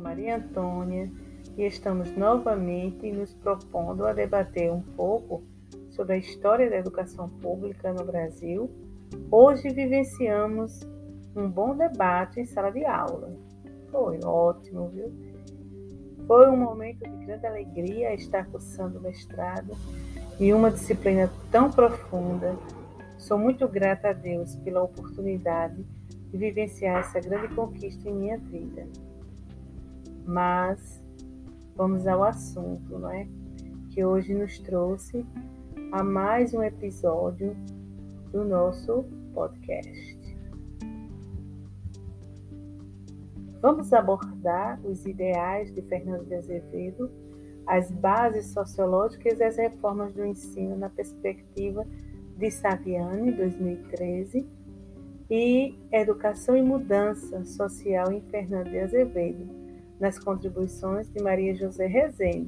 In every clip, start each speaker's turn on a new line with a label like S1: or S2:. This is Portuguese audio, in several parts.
S1: Maria Antônia e estamos novamente nos propondo a debater um pouco sobre a história da educação pública no Brasil. Hoje vivenciamos um bom debate em sala de aula. Foi ótimo, viu? Foi um momento de grande alegria estar cursando o mestrado em uma disciplina tão profunda. Sou muito grata a Deus pela oportunidade de vivenciar essa grande conquista em minha vida. Mas vamos ao assunto, não é? Que hoje nos trouxe a mais um episódio do nosso podcast. Vamos abordar os ideais de Fernando de Azevedo, as bases sociológicas e as reformas do ensino na perspectiva de Saviani, 2013, e Educação e Mudança Social em Fernando de Azevedo, nas contribuições de Maria José Rezende,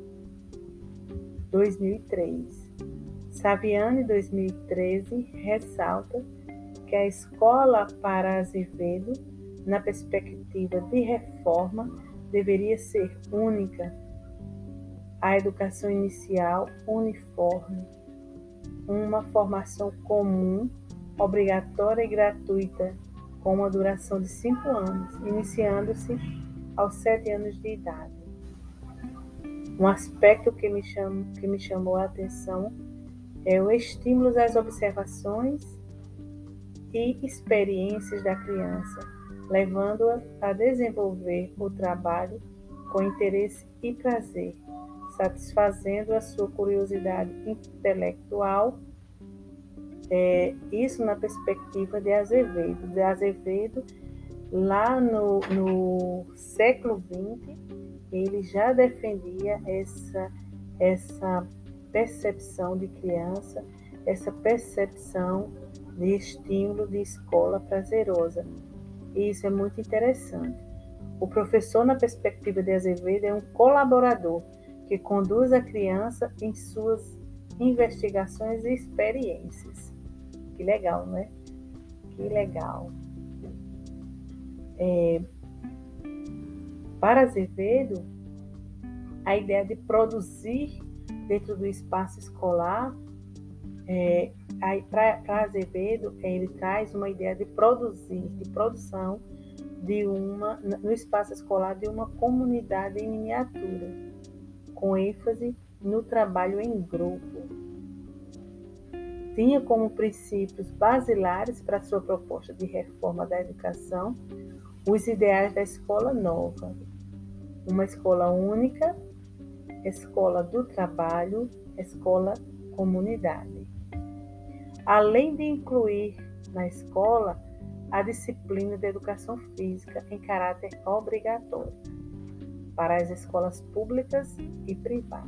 S1: 2003. Saviani, 2013, ressalta que a escola para Azevedo, na perspectiva de reforma, deveria ser única, a educação inicial uniforme, uma formação comum, obrigatória e gratuita, com uma duração de 5 anos, iniciando-se aos 7 anos de idade. Um aspecto que me chamou a atenção é o estímulo às observações e experiências da criança, levando-a a desenvolver o trabalho com interesse e prazer, satisfazendo a sua curiosidade intelectual, isso na perspectiva de Azevedo. De Azevedo, lá no século XX, ele já defendia essa percepção de criança, essa percepção de estímulo de escola prazerosa. E isso é muito interessante. O professor, na perspectiva de Azevedo, é um colaborador que conduz a criança em suas investigações e experiências. Que legal, não é? Que legal. Para Azevedo, a ideia de produzir dentro do espaço escolar, para Azevedo, ele traz uma ideia de produzir, de produção no espaço escolar de uma comunidade em miniatura, com ênfase no trabalho em grupo. Tinha como princípios basilares para sua proposta de reforma da educação os ideais da escola nova, uma escola única, escola do trabalho, escola comunidade. Além de incluir na escola a disciplina de educação física em caráter obrigatório para as escolas públicas e privadas.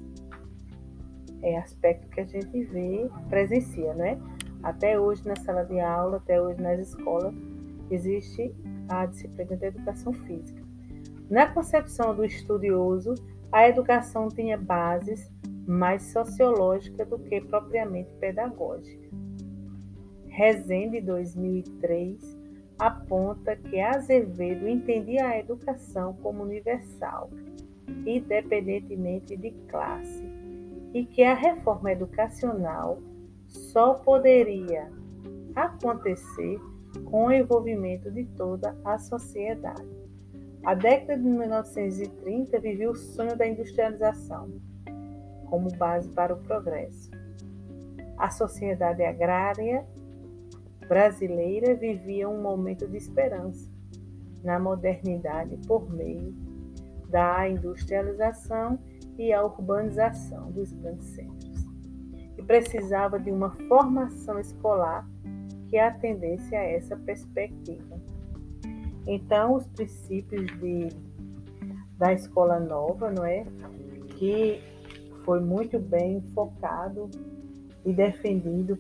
S1: É aspecto que a gente vê, presencia, né? Até hoje na sala de aula, até hoje nas escolas, existe a disciplina de educação física. Na concepção do estudioso, a educação tinha bases mais sociológicas do que propriamente pedagógicas. Rezende, 2003, aponta que Azevedo entendia a educação como universal, independentemente de classe, e que a reforma educacional só poderia acontecer com o envolvimento de toda a sociedade. A década de 1930 vivia o sonho da industrialização como base para o progresso. A sociedade agrária brasileira vivia um momento de esperança na modernidade por meio da industrialização e a urbanização dos grandes centros, e precisava de uma formação escolar que atendesse a essa perspectiva. Então, os princípios da escola nova, não é? Que foi muito bem focado e defendido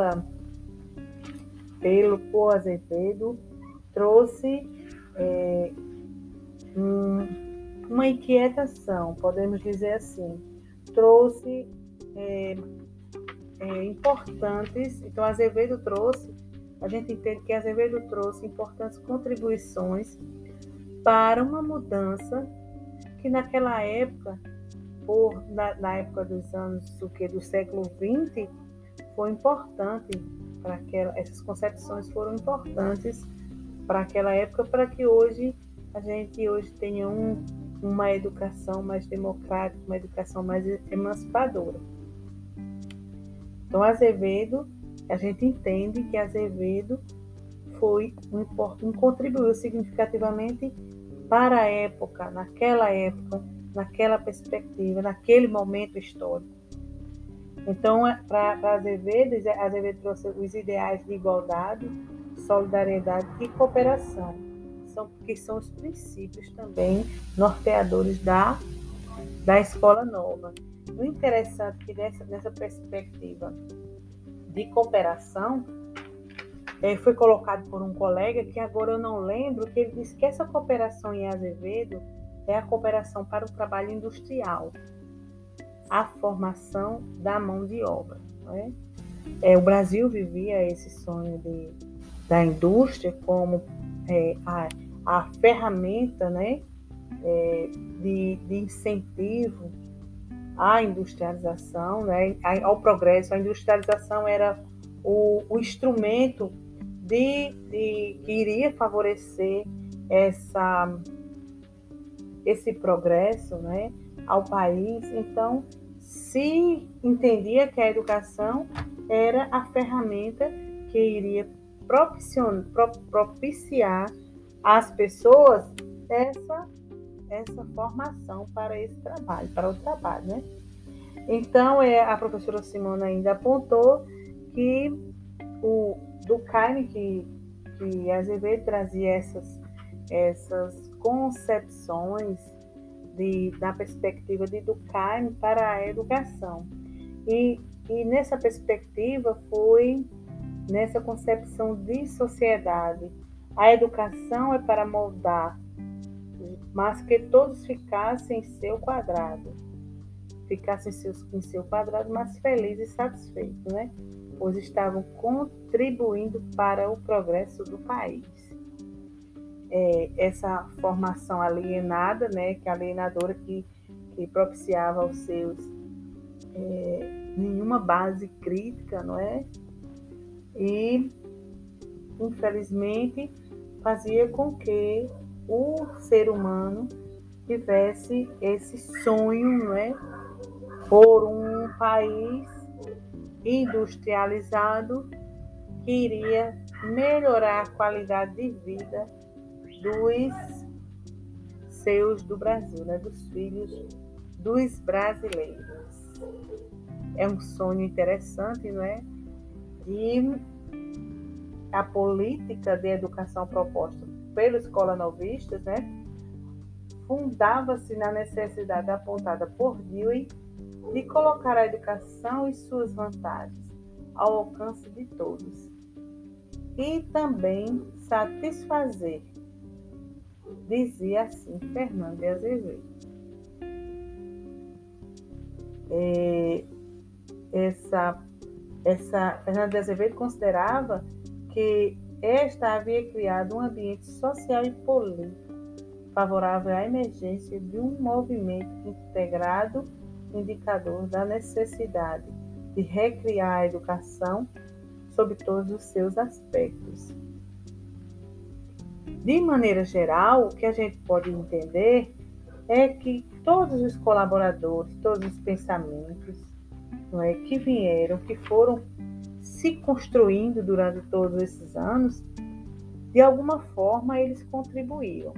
S1: por Azevedo, trouxe uma inquietação, podemos dizer assim, trouxe importantes. Então, Azevedo trouxe, a gente entende que Azevedo trouxe importantes contribuições para uma mudança que naquela época, na época dos anos do século XX, foi importante essas concepções foram importantes para aquela época, para que hoje a gente hoje tenha uma educação mais democrática, uma educação mais emancipadora. Então, Azevedo, a gente entende que Azevedo contribuiu significativamente para a época, naquela perspectiva, naquele momento histórico. Então, para Azevedo trouxe os ideais de igualdade, solidariedade e cooperação, que são os princípios também norteadores da Escola Nova. O interessante é que nessa perspectiva de cooperação, foi colocado por um colega, que agora eu não lembro, que ele disse que essa cooperação em Azevedo é a cooperação para o trabalho industrial, a formação da mão de obra. Não é? O Brasil vivia esse sonho da indústria como a ferramenta, né, de incentivo à industrialização, né, ao progresso. A industrialização era o instrumento que iria favorecer esse progresso, né, ao país. Então, se entendia que a educação era a ferramenta que iria propiciar às pessoas essa formação para esse trabalho, para o trabalho, né? Então, a professora Simona ainda apontou que Durkheim, que Azevedo trazia essas concepções da perspectiva de Durkheim para a educação. E nessa perspectiva foi nessa concepção de sociedade. A educação é para moldar, mas que todos ficassem em seu quadrado. Ficassem em seu quadrado, mas felizes e satisfeitos, né? Pois estavam contribuindo para o progresso do país. Essa formação alienada, né, que alienadora, que propiciava aos seus nenhuma base crítica, não é? E, infelizmente, fazia com que o ser humano tivesse esse sonho, não é? Por um país industrializado que iria melhorar a qualidade de vida do Brasil, né? Dos filhos dos brasileiros. É um sonho interessante, não é? E a política de educação proposta pelos escola-novistas, né, fundava-se na necessidade apontada por Dewey de colocar a educação e suas vantagens ao alcance de todos e também satisfazer, dizia assim Fernando de Azevedo. Fernando de Azevedo considerava que esta havia criado um ambiente social e político favorável à emergência de um movimento integrado, indicador da necessidade de recriar a educação sob todos os seus aspectos. De maneira geral, o que a gente pode entender é que todos os colaboradores, todos os pensamentos, não é, que vieram, que foram se construindo durante todos esses anos, de alguma forma eles contribuíram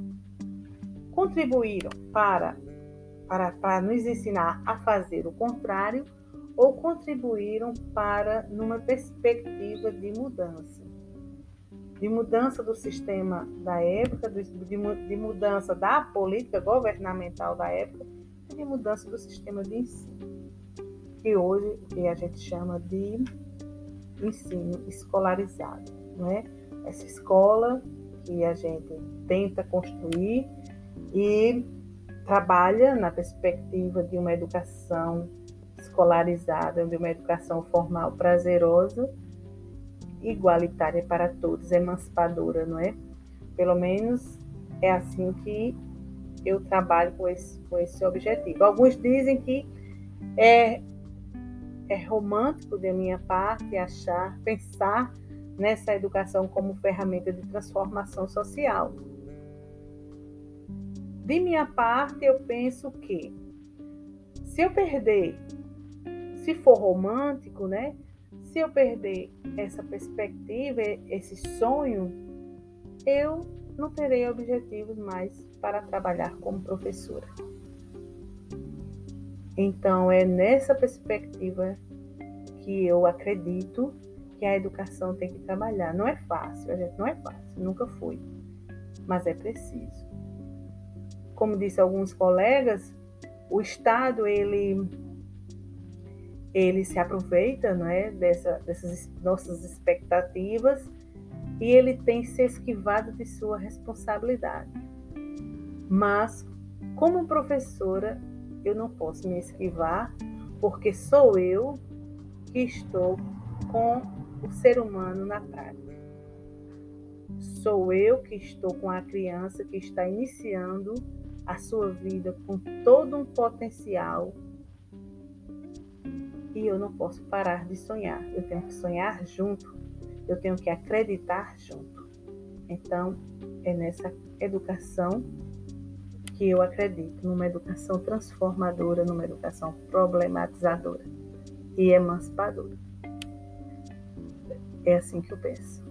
S1: para nos ensinar a fazer o contrário, ou contribuíram para numa perspectiva de mudança do sistema da época, de mudança da política governamental da época e de mudança do sistema de ensino, que hoje a gente chama de ensino escolarizado, não é? Essa escola que a gente tenta construir e trabalha na perspectiva de uma educação escolarizada, de uma educação formal prazerosa, igualitária para todos, emancipadora, não é? Pelo menos é assim que eu trabalho com esse objetivo. Alguns dizem que é romântico da minha parte pensar nessa educação como ferramenta de transformação social. De minha parte, eu penso que se eu perder, se for romântico, né? Se eu perder essa perspectiva, esse sonho, eu não terei objetivos mais para trabalhar como professora. Então, é nessa perspectiva que eu acredito que a educação tem que trabalhar. Não é fácil, não é fácil, nunca foi, mas é preciso. Como disse alguns colegas, o Estado, ele se aproveita, né, dessas nossas expectativas e ele tem se esquivado de sua responsabilidade. Mas, como professora, eu não posso me esquivar, porque sou eu que estou com o ser humano na prática. Sou eu que estou com a criança que está iniciando a sua vida com todo um potencial e eu não posso parar de sonhar. Eu tenho que sonhar junto, eu tenho que acreditar junto. Então, é nessa educação que eu acredito, numa educação transformadora, numa educação problematizadora e emancipadora. É assim que eu penso.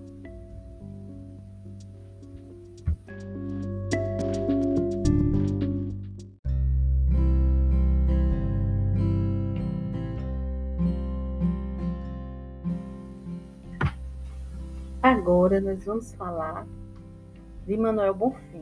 S1: Agora nós vamos falar de Manuel Bonfim.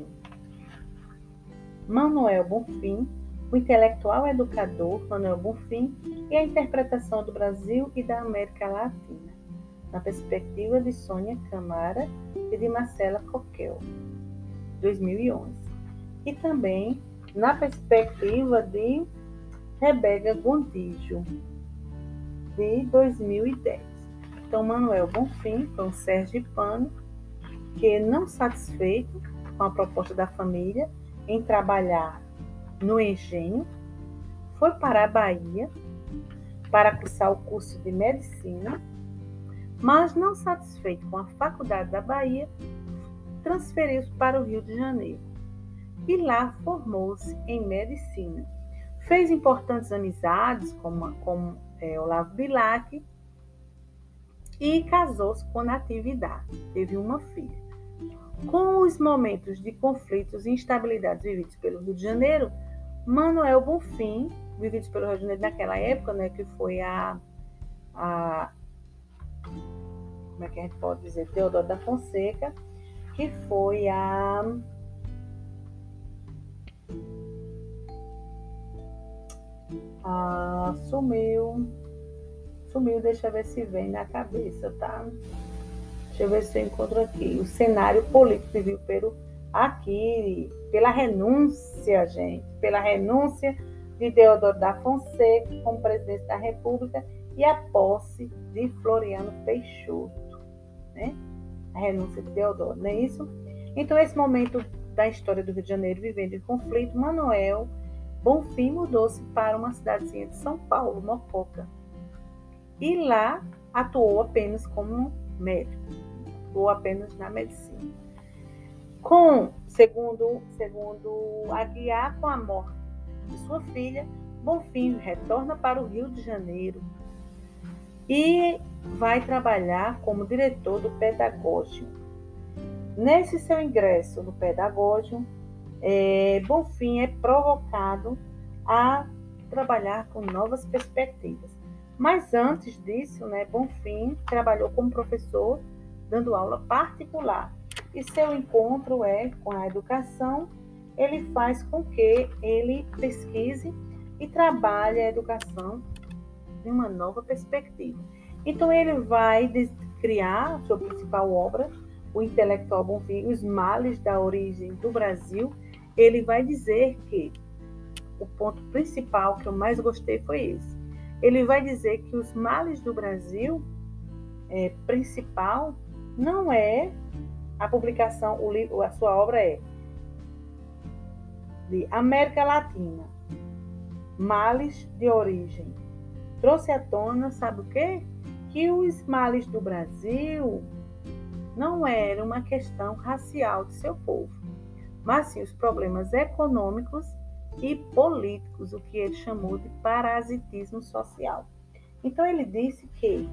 S1: Manuel Bonfim, o intelectual educador Manuel Bonfim e a interpretação do Brasil e da América Latina, na perspectiva de Sônia Camara e de Marcela Coquel, 2011. E também na perspectiva de Rebeca Gontijo, de 2010. Então, Manuel Bonfim foi um sergipano que, não satisfeito com a proposta da família em trabalhar no engenho, foi para a Bahia para cursar o curso de medicina, mas não satisfeito com a faculdade da Bahia, transferiu-se para o Rio de Janeiro e lá formou-se em medicina. Fez importantes amizades como Olavo Bilac e casou-se com Natividade. Teve uma filha. Com os momentos de conflitos e instabilidades vividos pelo Rio de Janeiro, Manuel Bonfim, vividos pelo Rio de Janeiro naquela época, né, que foi como é que a gente pode dizer, Teodoro da Fonseca, que foi sumiu, deixa eu ver se vem na cabeça, tá? Deixa eu ver se eu encontro aqui. O cenário político vivido pela renúncia, gente, pela renúncia de Teodoro da Fonseca como presidente da República e a posse de Floriano Peixoto, né? A renúncia de Teodoro, não é isso? Então, esse momento da história do Rio de Janeiro vivendo em conflito, Manuel Bonfim mudou-se para uma cidadezinha de São Paulo, Mococa, e lá atuou apenas como médico, atuou apenas na medicina. Segundo Aguiar, com a morte de sua filha, Bonfim retorna para o Rio de Janeiro e vai trabalhar como diretor do Pedagógico. Nesse seu ingresso no Pedagógico, Bonfim é provocado a trabalhar com novas perspectivas. Mas antes disso, né, Bonfim trabalhou como professor, dando aula particular. E seu encontro com a educação, ele faz com que ele pesquise e trabalhe a educação de uma nova perspectiva. Então, ele vai criar sua principal obra, o intelectual Bonfim, Os Males da Origem do Brasil. Ele vai dizer que o ponto principal que eu mais gostei foi esse. Ele vai dizer que os males do Brasil principal não é a publicação, a sua obra de América Latina, males de origem. Trouxe à tona, sabe o quê? Que os males do Brasil não era uma questão racial de seu povo, mas sim os problemas econômicos e políticos, o que ele chamou de parasitismo social. Então ele disse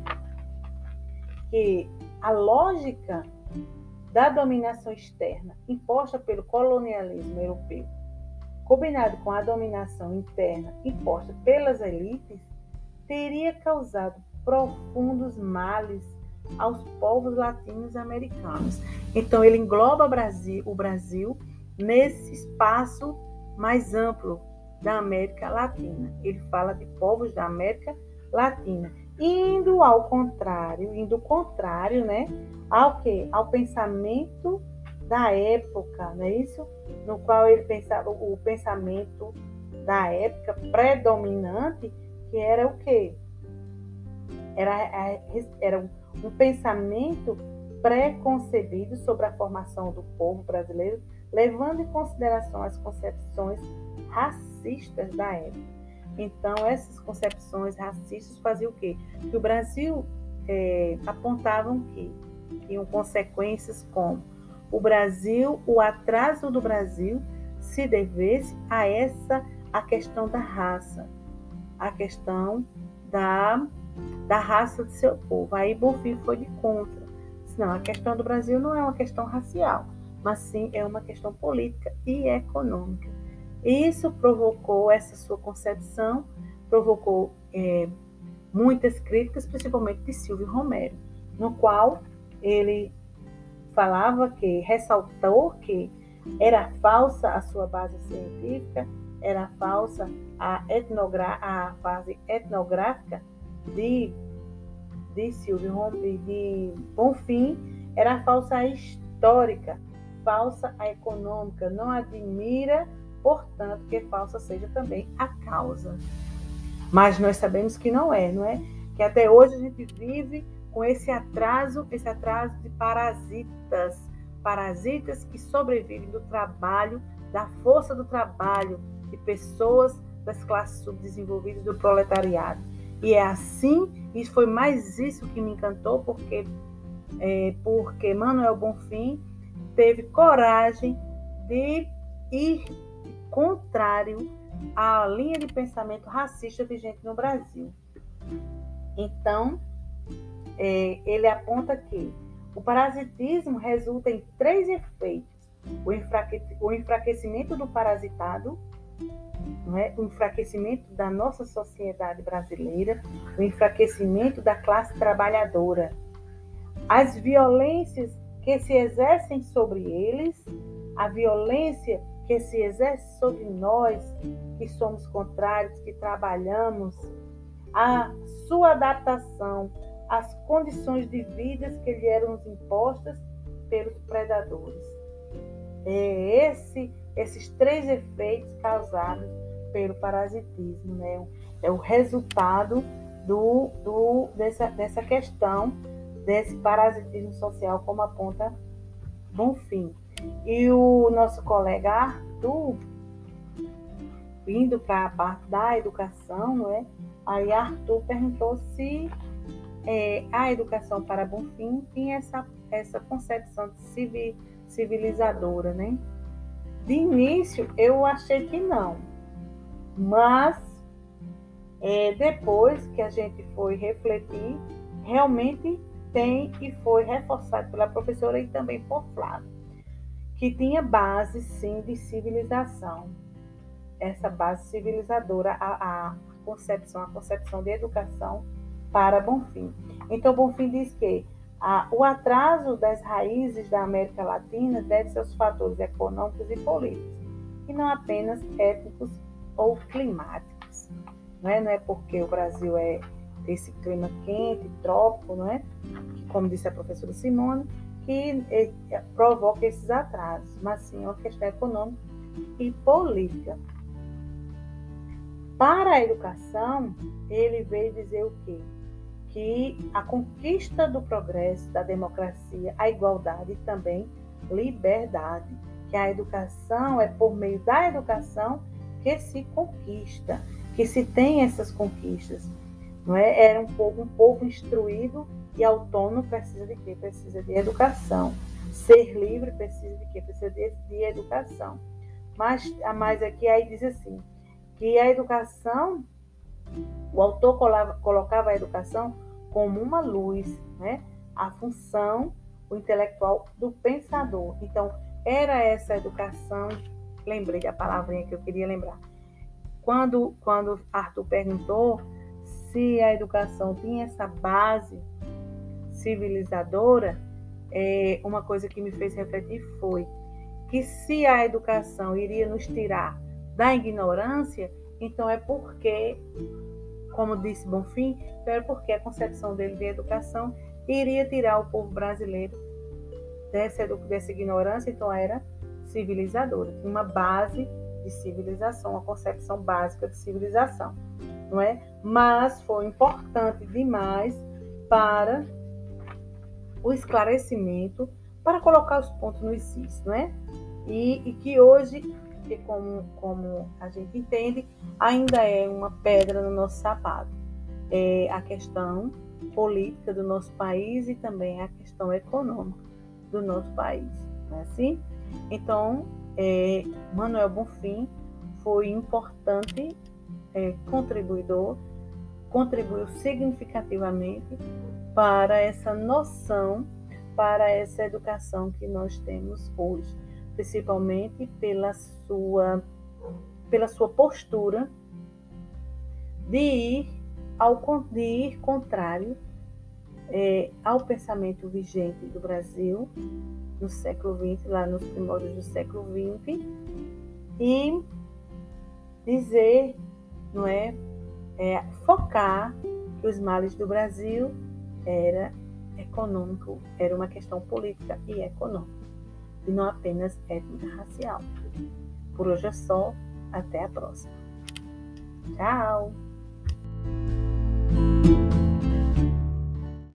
S1: que a lógica da dominação externa imposta pelo colonialismo europeu, combinado com a dominação interna imposta pelas elites, teria causado profundos males aos povos latinos-americanos. Então ele engloba o Brasil nesse espaço mais amplo da América Latina. Ele fala de povos da América Latina, indo contrário, né, ao quê? Ao pensamento da época, não é isso? No qual ele pensava, o pensamento da época predominante, que era o quê? Era um pensamento pré-concebido sobre a formação do povo brasileiro, levando em consideração as concepções racistas da época. Então, essas concepções racistas faziam o quê? Que o Brasil apontavam que tinham consequências como o atraso do Brasil se devesse a questão da raça, a questão da raça de seu povo. Aí Bonfim foi de contra. Não, a questão do Brasil não é uma questão racial, mas sim é uma questão política e econômica. Isso provocou, essa sua concepção, provocou muitas críticas, principalmente de Silvio Romero, no qual ele ressaltou que era falsa a sua base científica, era falsa a fase etnográfica de Silvio Romero, de Bonfim, era falsa a histórica, falsa a econômica. Não admira, portanto, que falsa seja também a causa. Mas nós sabemos que não é? Que até hoje a gente vive com esse atraso de parasitas que sobrevivem do trabalho, da força do trabalho, de pessoas das classes subdesenvolvidas, do proletariado. E é assim, e foi mais isso que me encantou, porque Manuel Bonfim teve coragem de ir contrário à linha de pensamento racista vigente no Brasil. Então, ele aponta que o parasitismo resulta em 3 efeitos: o enfraquecimento do parasitado, não é? O enfraquecimento da nossa sociedade brasileira, o enfraquecimento da classe trabalhadora, as violências que se exercem sobre eles, a violência que se exerce sobre nós, que somos contrários, que trabalhamos, a sua adaptação às condições de vida que lhe eram impostas pelos predadores. Esses 3 efeitos causados pelo parasitismo, né? É o resultado dessa questão, desse parasitismo social, como aponta Bonfim. E o nosso colega Arthur, indo para a parte da educação, não é? Aí Arthur perguntou se a educação para Bonfim tinha essa concepção de civilizadora, né? De início, eu achei que não, mas depois que a gente foi refletir, realmente tem, e foi reforçado pela professora e também por Flávio, que tinha base, sim, de civilização. Essa base civilizadora, a concepção de educação para Bonfim. Então, Bonfim diz que o atraso das raízes da América Latina deve-se aos fatores econômicos e políticos, e não apenas étnicos ou climáticos. Não é porque o Brasil é esse clima quente, trópico, não é? Que, como disse a professora Simone, que provoca esses atrasos, mas sim uma questão econômica e política. Para a educação, ele veio dizer o quê? Que a conquista do progresso, da democracia, a igualdade e também liberdade, que a educação é por meio da educação que se conquista, que se tem essas conquistas. Não é? Era um povo instruído e autônomo precisa de quê? Precisa de educação. Ser livre precisa de quê? Precisa de educação. Mas a mais aqui aí diz assim, que a educação, o autor colocava a educação como uma luz, né? A função, o intelectual do pensador. Então, era essa educação, lembrei a palavrinha que eu queria lembrar. Quando Arthur perguntou se a educação tinha essa base civilizadora, uma coisa que me fez refletir foi que se a educação iria nos tirar da ignorância, então é porque, como disse Bonfim, então é porque a concepção dele de educação iria tirar o povo brasileiro dessa ignorância, então era civilizadora, tinha uma base de civilização, uma concepção básica de civilização, não é? Mas foi importante demais para o esclarecimento, para colocar os pontos nos is, não é? E que hoje, que como a gente entende, ainda é uma pedra no nosso sapato. É a questão política do nosso país e também a questão econômica do nosso país, não é assim? Então, Manuel Bonfim foi importante contribuidor, contribuiu significativamente para essa noção, para essa educação que nós temos hoje, principalmente pela sua postura de ir contrário ao pensamento vigente do Brasil no século XX, lá nos primórdios do século XX, e dizer, não é, focar que os males do Brasil era econômico, era uma questão política e econômica, e não apenas étnico-racial. Por hoje é só, até a próxima. Tchau!